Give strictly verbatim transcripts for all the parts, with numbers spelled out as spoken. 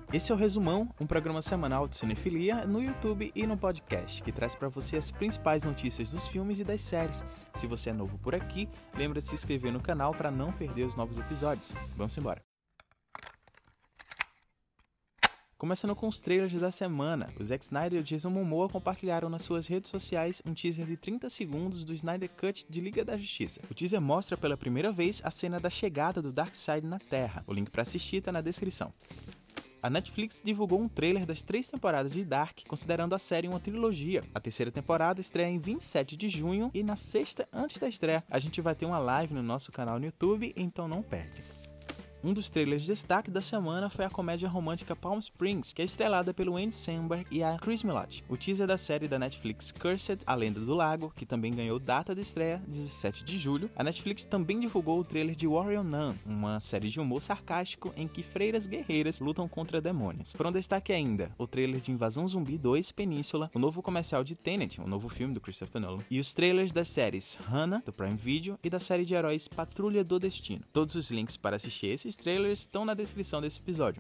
Esse é o Resumão, um programa semanal de cinefilia no YouTube e no podcast, que traz para você as principais notícias dos filmes e das séries. Se você é novo por aqui, lembra de se inscrever no canal para não perder os novos episódios. Vamos embora! Começando com os trailers da semana, o Zack Snyder e o Jason Momoa compartilharam nas suas redes sociais um teaser de trinta segundos do Snyder Cut de Liga da Justiça. O teaser mostra pela primeira vez a cena da chegada do Darkseid na Terra. O link para assistir está na descrição. A Netflix divulgou um trailer das três temporadas de Dark, considerando a série uma trilogia. A terceira temporada estreia em vinte e sete de junho e na sexta, antes da estreia, a gente vai ter uma live no nosso canal no YouTube, então não perde. Um dos trailers de destaque da semana foi a comédia romântica Palm Springs, que é estrelada pelo Andy Samberg e a Chris Millot. O teaser da série da Netflix Cursed, A Lenda do Lago, que também ganhou data de estreia, dezessete de julho. A Netflix também divulgou o trailer de Warrior Nun, uma série de humor sarcástico em que freiras guerreiras lutam contra demônios. Foram destaque ainda o trailer de Invasão Zumbi dois Península, o novo comercial de Tenet, o novo filme do Christopher Nolan, e os trailers das séries Hannah, do Prime Video, e da série de heróis Patrulha do Destino. Todos os links para assistir esses trailers estão na descrição desse episódio.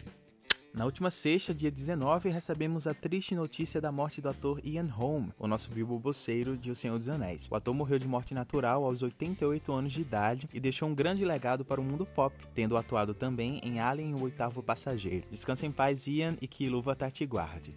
Na última sexta, dia dezenove, recebemos a triste notícia da morte do ator Ian Holm, o nosso Bilbo Bolseiro de O Senhor dos Anéis. O ator morreu de morte natural aos oitenta e oito anos de idade e deixou um grande legado para o mundo pop, tendo atuado também em Alien, o Oitavo Passageiro. Descansa em paz, Ian, e que Iluvatar te guarde.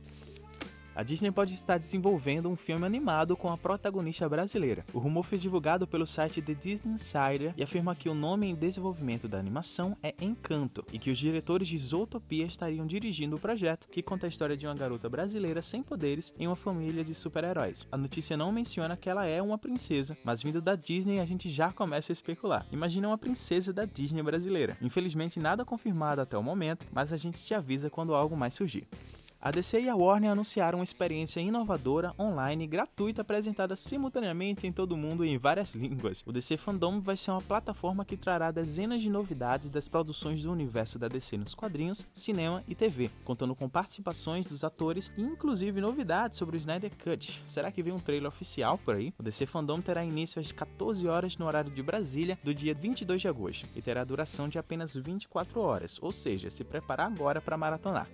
A Disney pode estar desenvolvendo um filme animado com a protagonista brasileira. O rumor foi divulgado pelo site The Disney Insider e afirma que o nome em desenvolvimento da animação é Encanto e que os diretores de Zootopia estariam dirigindo o projeto, que conta a história de uma garota brasileira sem poderes em uma família de super-heróis. A notícia não menciona que ela é uma princesa, mas vindo da Disney a gente já começa a especular. Imagina uma princesa da Disney brasileira. Infelizmente nada confirmado até o momento, mas a gente te avisa quando algo mais surgir. A D C e a Warner anunciaram uma experiência inovadora, online, gratuita, apresentada simultaneamente em todo o mundo e em várias línguas. O D C Fandom vai ser uma plataforma que trará dezenas de novidades das produções do universo da D C nos quadrinhos, cinema e T V, contando com participações dos atores e inclusive novidades sobre o Snyder Cut. Será que vem um trailer oficial por aí? O D C Fandom terá início às quatorze horas no horário de Brasília, do dia vinte e dois de agosto, e terá duração de apenas vinte e quatro horas, ou seja, se preparar agora para maratonar.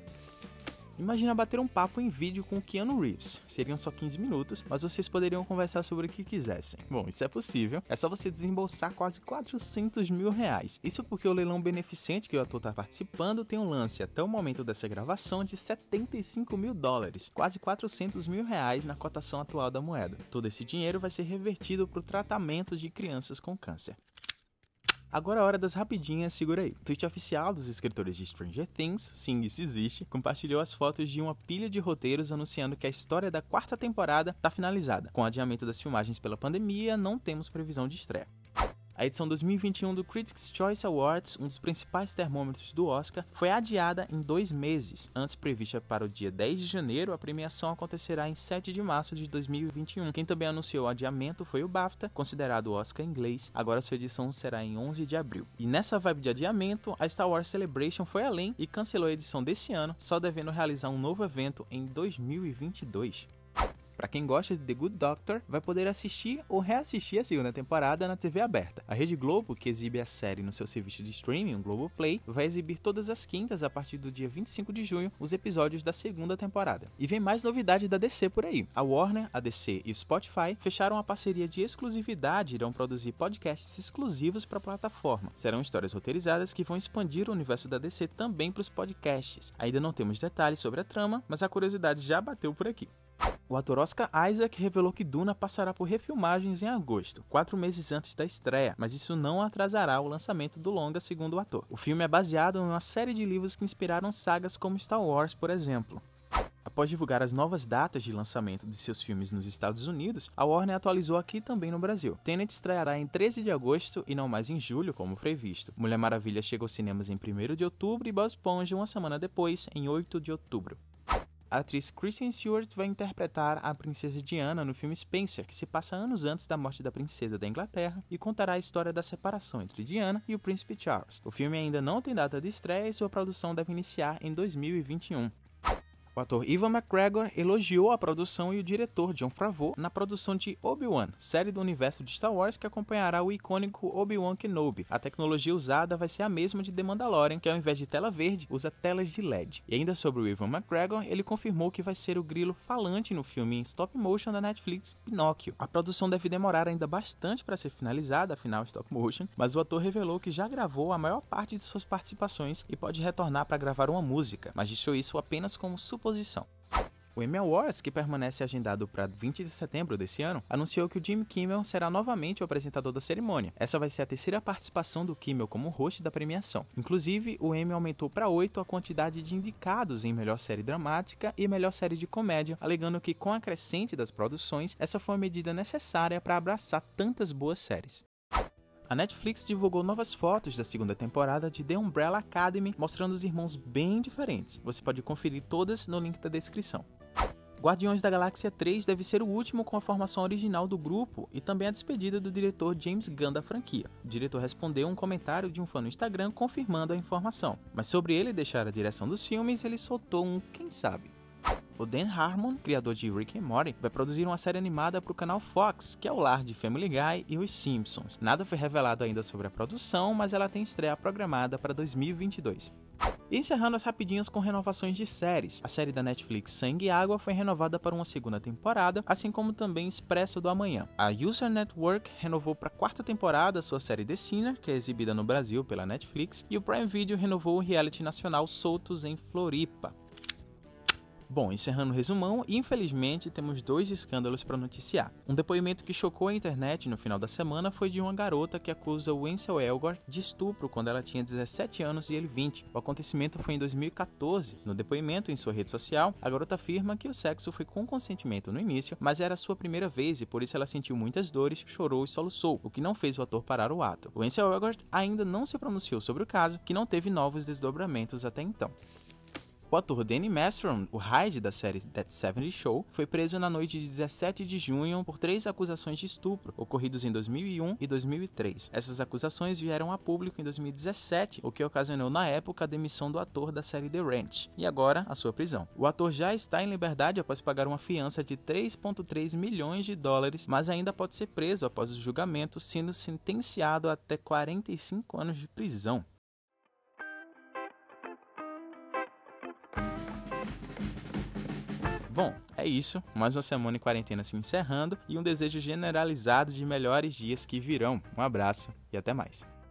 Imagina bater um papo em vídeo com o Keanu Reeves. Seriam só quinze minutos, mas vocês poderiam conversar sobre o que quisessem. Bom, isso é possível. É só você desembolsar quase quatrocentos mil reais. Isso porque o leilão beneficente que o ator está participando tem um lance até o momento dessa gravação de setenta e cinco mil dólares, quase quatrocentos mil reais na cotação atual da moeda. Todo esse dinheiro vai ser revertido para o tratamento de crianças com câncer. Agora é a hora das rapidinhas, segura aí. O tweet oficial dos escritores de Stranger Things, sim, isso existe, compartilhou as fotos de uma pilha de roteiros anunciando que a história da quarta temporada está finalizada. Com o adiamento das filmagens pela pandemia, não temos previsão de estreia. A edição dois mil e vinte e um do Critics' Choice Awards, um dos principais termômetros do Oscar, foi adiada em dois meses. Antes prevista para o dia dez de janeiro, a premiação acontecerá em sete de março de dois mil e vinte e um. Quem também anunciou o adiamento foi o BAFTA, considerado o Oscar inglês. Agora sua edição será em onze de abril. E nessa vibe de adiamento, a Star Wars Celebration foi além e cancelou a edição desse ano, só devendo realizar um novo evento em dois mil e vinte e dois. Para quem gosta de The Good Doctor, vai poder assistir ou reassistir a segunda temporada na T V aberta. A Rede Globo, que exibe a série no seu serviço de streaming, o Globoplay, vai exibir todas as quintas, a partir do dia vinte e cinco de junho, os episódios da segunda temporada. E vem mais novidade da D C por aí. A Warner, a D C e o Spotify fecharam uma parceria de exclusividade e irão produzir podcasts exclusivos para a plataforma. Serão histórias roteirizadas que vão expandir o universo da D C também para os podcasts. Ainda não temos detalhes sobre a trama, mas a curiosidade já bateu por aqui. O ator Oscar Isaac revelou que Duna passará por refilmagens em agosto, quatro meses antes da estreia, mas isso não atrasará o lançamento do longa, segundo o ator. O filme é baseado em uma série de livros que inspiraram sagas como Star Wars, por exemplo. Após divulgar as novas datas de lançamento de seus filmes nos Estados Unidos, a Warner atualizou aqui também no Brasil. Tenet estreará em treze de agosto e não mais em julho, como previsto. Mulher Maravilha chega aos cinemas em primeiro de outubro e Bob Esponja uma semana depois, em oito de outubro. A atriz Kristen Stewart vai interpretar a princesa Diana no filme Spencer, que se passa anos antes da morte da princesa da Inglaterra e contará a história da separação entre Diana e o príncipe Charles. O filme ainda não tem data de estreia e sua produção deve iniciar em dois mil e vinte e um. O ator Ewan McGregor elogiou a produção e o diretor Jon Favreau na produção de Obi-Wan, série do universo de Star Wars que acompanhará o icônico Obi-Wan Kenobi. A tecnologia usada vai ser a mesma de The Mandalorian, que ao invés de tela verde, usa telas de L E D. E ainda sobre o Ewan McGregor, ele confirmou que vai ser o grilo falante no filme em stop motion da Netflix, Pinóquio. A produção deve demorar ainda bastante para ser finalizada, afinal stop motion, mas o ator revelou que já gravou a maior parte de suas participações e pode retornar para gravar uma música, mas deixou isso apenas como suposição. O Emmy Awards, que permanece agendado para vinte de setembro desse ano, anunciou que o Jimmy Kimmel será novamente o apresentador da cerimônia. Essa vai ser a terceira participação do Kimmel como host da premiação. Inclusive, o Emmy aumentou para oito a quantidade de indicados em melhor série dramática e melhor série de comédia, alegando que com a crescente das produções, essa foi a medida necessária para abraçar tantas boas séries. A Netflix divulgou novas fotos da segunda temporada de The Umbrella Academy, mostrando os irmãos bem diferentes. Você pode conferir todas no link da descrição. Guardiões da Galáxia três deve ser o último com a formação original do grupo e também a despedida do diretor James Gunn da franquia. O diretor respondeu um comentário de um fã no Instagram confirmando a informação, mas sobre ele deixar a direção dos filmes, ele soltou um quem sabe. O Dan Harmon, criador de Rick and Morty, vai produzir uma série animada para o canal Fox, que é o lar de Family Guy e os Simpsons. Nada foi revelado ainda sobre a produção, mas ela tem estreia programada para dois mil e vinte e dois. E encerrando as rapidinhas com renovações de séries. A série da Netflix Sangue e Água foi renovada para uma segunda temporada, assim como também Expresso do Amanhã. A User Network renovou para a quarta temporada sua série The Sinner, que é exibida no Brasil pela Netflix, e o Prime Video renovou o reality nacional Soltos em Floripa. Bom, encerrando o resumão, infelizmente temos dois escândalos para noticiar. Um depoimento que chocou a internet no final da semana foi de uma garota que acusa o Ansel Elgort de estupro quando ela tinha dezessete anos e ele vinte. O acontecimento foi em dois mil e quatorze. No depoimento em sua rede social, a garota afirma que o sexo foi com consentimento no início, mas era a sua primeira vez e por isso ela sentiu muitas dores, chorou e soluçou, o que não fez o ator parar o ato. O Ansel Elgort ainda não se pronunciou sobre o caso, que não teve novos desdobramentos até então. O ator Danny Masterson, o Hyde da série That setenta Show, foi preso na noite de dezessete de junho por três acusações de estupro, ocorridos em dois mil e um e dois mil e três. Essas acusações vieram a público em dois mil e dezessete, o que ocasionou na época a demissão do ator da série The Ranch, e agora a sua prisão. O ator já está em liberdade após pagar uma fiança de três vírgula três milhões de dólares, mas ainda pode ser preso após o julgamento, sendo sentenciado a até quarenta e cinco anos de prisão. Bom, é isso, mais uma semana em quarentena se encerrando e um desejo generalizado de melhores dias que virão. Um abraço e até mais.